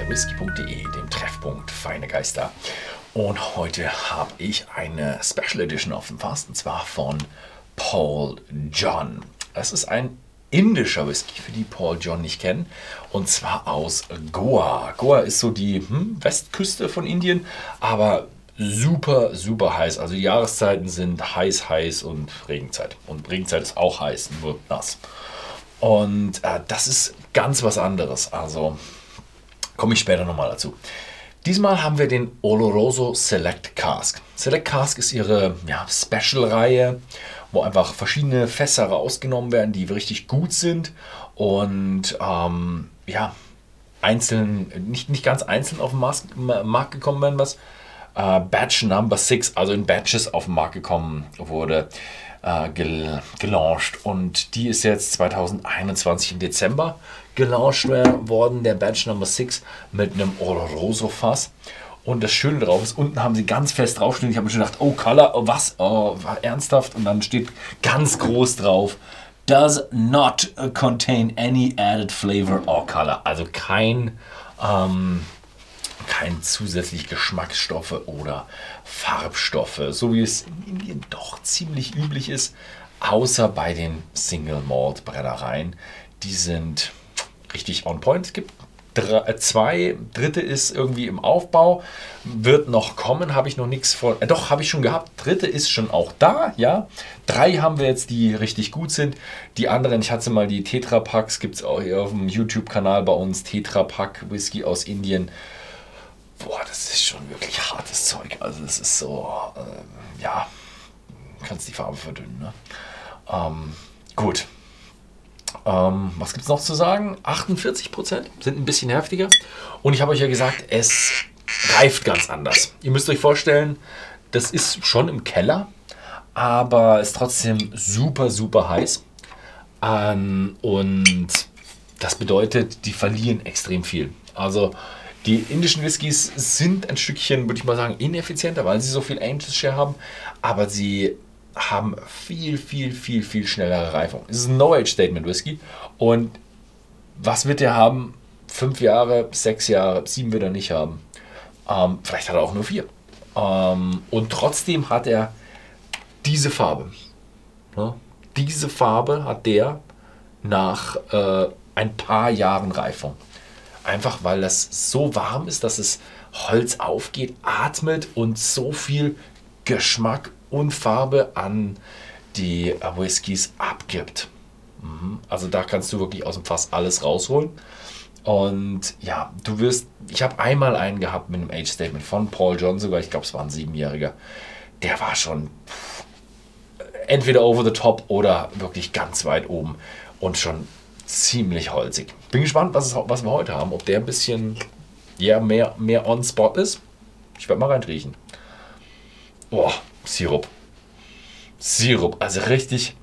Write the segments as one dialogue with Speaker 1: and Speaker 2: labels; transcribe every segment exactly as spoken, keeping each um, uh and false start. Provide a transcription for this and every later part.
Speaker 1: bei whisky punkt de, dem Treffpunkt Feine Geister. Und heute habe ich eine Special Edition auf dem Fass, und zwar von Paul John. Es ist ein indischer Whisky, für die Paul John nicht kennen, und zwar aus Goa. Goa ist so die hm, Westküste von Indien, aber super, super heiß. Also die Jahreszeiten sind heiß, heiß und Regenzeit. Und Regenzeit ist auch heiß, nur nass. Und äh, das ist ganz was anderes. Also komme ich später nochmal dazu. Diesmal haben wir den Oloroso Select Cask. Select Cask ist ihre ja, Special-Reihe, wo einfach verschiedene Fässer rausgenommen werden, die richtig gut sind und ähm, ja, einzeln, nicht, nicht ganz einzeln auf den Markt gekommen werden, was äh, Batch Number six, also in Batches auf den Markt gekommen wurde, äh, gel gelauncht. Und die ist jetzt zwanzig einundzwanzig im Dezember gelauncht worden, der Batch Number six mit einem Oloroso Fass. Und das Schöne drauf ist, unten haben sie ganz fest draufstehen. Ich habe mir schon gedacht, oh, Color, oh, was? Oh, ernsthaft? Und dann steht ganz groß drauf, does not contain any added flavor or color. Also kein, ähm, kein zusätzlich Geschmacksstoffe oder Farbstoffe, so wie es in Indien doch ziemlich üblich ist, außer bei den Single Malt Brennereien. Die sind richtig on point. Es gibt drei, zwei, dritte ist irgendwie im Aufbau, wird noch kommen, habe ich noch nichts von, äh, doch, habe ich schon gehabt, dritte ist schon auch da, ja, drei haben wir jetzt, die richtig gut sind, die anderen, ich hatte mal die Tetra Paks, gibt es auch hier auf dem YouTube-Kanal bei uns, Tetra Pak Whisky aus Indien. Boah, das ist schon wirklich hartes Zeug, also das ist so, äh, ja, kannst die Farbe verdünnen, ne? Ähm, gut. Ähm, was gibt es noch zu sagen? achtundvierzig Prozent sind ein bisschen heftiger. Und ich habe euch ja gesagt, es reift ganz anders. Ihr müsst euch vorstellen, das ist schon im Keller, aber ist trotzdem super, super heiß. Ähm, und das bedeutet, die verlieren extrem viel. Also die indischen Whiskys sind ein Stückchen, würde ich mal sagen, ineffizienter, weil sie so viel Angels Share haben, aber sie haben viel, viel, viel, viel schnellere Reifung. Es ist ein No-Age-Statement-Whisky. Und was wird der haben? Fünf Jahre, sechs Jahre, sieben wird er nicht haben. Ähm, vielleicht hat er auch nur vier. Ähm, und trotzdem hat er diese Farbe. Ja? Diese Farbe hat der nach äh, ein paar Jahren Reifung. Einfach weil das so warm ist, dass es Holz aufgeht, atmet und so viel Geschmack und Farbe an die Whiskys abgibt. Also da kannst du wirklich aus dem Fass alles rausholen. Und ja, du wirst, ich habe einmal einen gehabt mit einem Age Statement von Paul John sogar, ich glaube es war ein Siebenjähriger, der war schon entweder over the top oder wirklich ganz weit oben und schon ziemlich holzig. Bin gespannt, was, es, was wir heute haben, ob der ein bisschen ja, mehr, mehr on spot ist. Ich werde mal reinriechen. Boah, Sirup. Sirup, also richtig.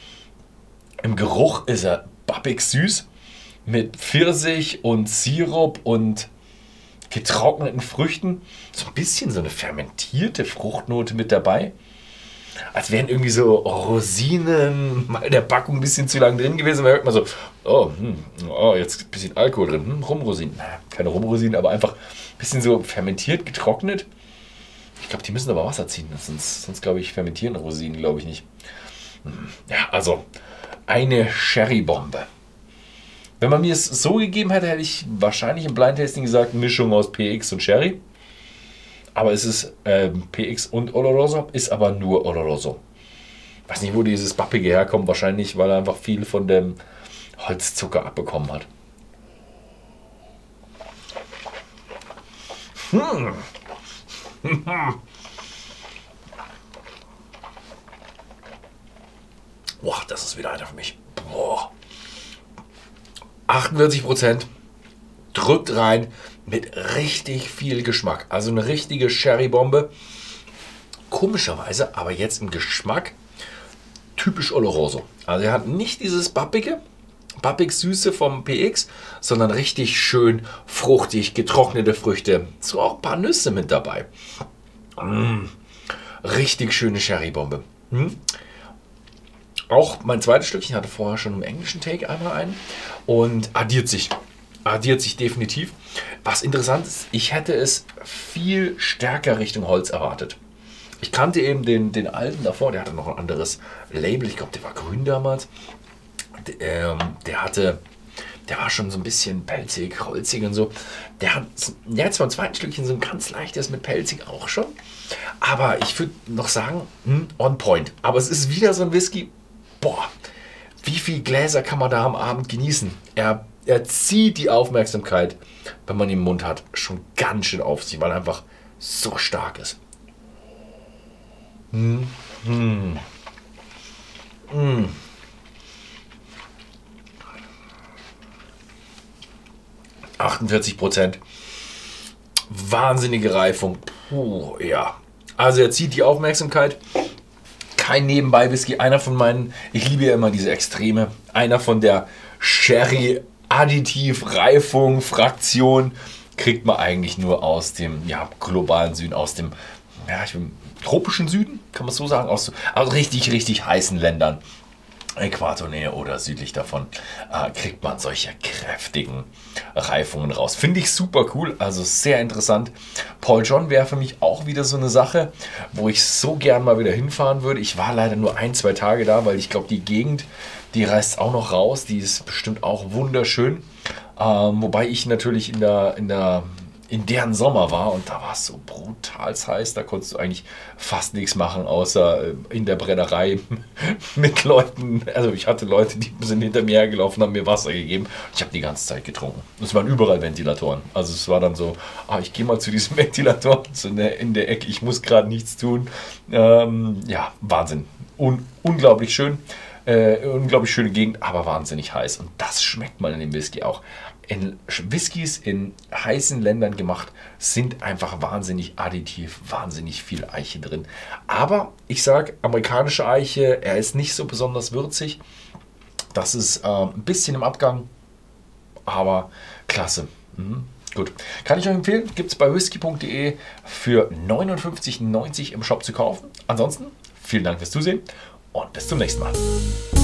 Speaker 1: Im Geruch ist er bappig süß mit Pfirsich und Sirup und getrockneten Früchten. So ein bisschen so eine fermentierte Fruchtnote mit dabei. Als wären irgendwie so Rosinen mal in der Packung ein bisschen zu lang drin gewesen. Man hört mal so, oh, hm, oh jetzt ein bisschen Alkohol drin. Hm, Rumrosinen. Keine Rumrosinen, aber einfach ein bisschen so fermentiert, getrocknet. Ich glaube, die müssen aber Wasser ziehen, sonst, sonst glaube ich, fermentieren Rosinen, glaube ich nicht. Ja, also eine Sherry-Bombe. Wenn man mir es so gegeben hätte, hätte ich wahrscheinlich im Blind Tasting gesagt, Mischung aus P X und Sherry. Aber es ist äh, P X und Oloroso, ist aber nur Oloroso. Weiß nicht, wo dieses Bappige herkommt, wahrscheinlich, weil er einfach viel von dem Holzzucker abbekommen hat. Hm. Boah, das ist wieder einer für mich. Boah. achtundvierzig Prozent drückt rein mit richtig viel Geschmack. Also eine richtige Sherry-Bombe. Komischerweise, aber jetzt im Geschmack typisch Oloroso. Also er hat nicht dieses bappige, bappig Süße vom P X, sondern richtig schön fruchtig, getrocknete Früchte. So auch ein paar Nüsse mit dabei. Mmh, richtig schöne Sherry-Bombe. Mmh. Auch mein zweites Stückchen, hatte vorher schon im englischen Take einmal einen und addiert sich. addiert sich definitiv. Was interessant ist, ich hätte es viel stärker Richtung Holz erwartet. Ich kannte eben den, den alten davor, der hatte noch ein anderes Label, ich glaube, der war grün damals. Der, ähm, der hatte, der war schon so ein bisschen pelzig, holzig und so. Der hat jetzt beim zweiten Stückchen so ein ganz leichtes mit pelzig auch schon. Aber ich würde noch sagen, hm, on point. Aber es ist wieder so ein Whisky, boah, wie viele Gläser kann man da am Abend genießen? Er, er zieht die Aufmerksamkeit, wenn man ihn im Mund hat, schon ganz schön auf sich, weil er einfach so stark ist. Hm. Hm. Hm. achtundvierzig Prozent. Wahnsinnige Reifung. Puh, ja. Also er zieht die Aufmerksamkeit. Kein Nebenbei-Whisky. Einer von meinen, ich liebe ja immer diese Extreme. Einer von der Sherry-Additiv-Reifung-Fraktion kriegt man eigentlich nur aus dem ja, globalen Süden, aus dem ja, ich will, tropischen Süden, kann man so sagen, aus also richtig, richtig heißen Ländern. Äquatornähe oder südlich davon äh, kriegt man solche kräftigen Reifungen raus. Finde ich super cool, also sehr interessant. Paul John wäre für mich auch wieder so eine Sache, wo ich so gern mal wieder hinfahren würde. Ich war leider nur ein, zwei Tage da, weil ich glaube, die Gegend, die reißt auch noch raus. Die ist bestimmt auch wunderschön. Ähm, wobei ich natürlich in der, in der in deren Sommer war und da war es so brutal heiß, da konntest du eigentlich fast nichts machen, außer in der Brennerei mit Leuten, also ich hatte Leute, die sind hinter mir hergelaufen, haben mir Wasser gegeben, ich habe die ganze Zeit getrunken. Es waren überall Ventilatoren, also es war dann so, ah, ich gehe mal zu diesem Ventilator so in, der, in der Ecke, ich muss gerade nichts tun. Ähm, ja, Wahnsinn, Un unglaublich schön. Äh, unglaublich schöne Gegend, aber wahnsinnig heiß. Und das schmeckt man in dem Whisky auch. In Whiskys in heißen Ländern gemacht sind einfach wahnsinnig additiv, wahnsinnig viel Eiche drin. Aber ich sage, amerikanische Eiche, er ist nicht so besonders würzig. Das ist äh, ein bisschen im Abgang, aber klasse. Mhm. Gut, kann ich euch empfehlen, gibt es bei whisky punkt de für neunundfünfzig neunzig im Shop zu kaufen. Ansonsten, vielen Dank fürs Zusehen und bis zum nächsten Mal.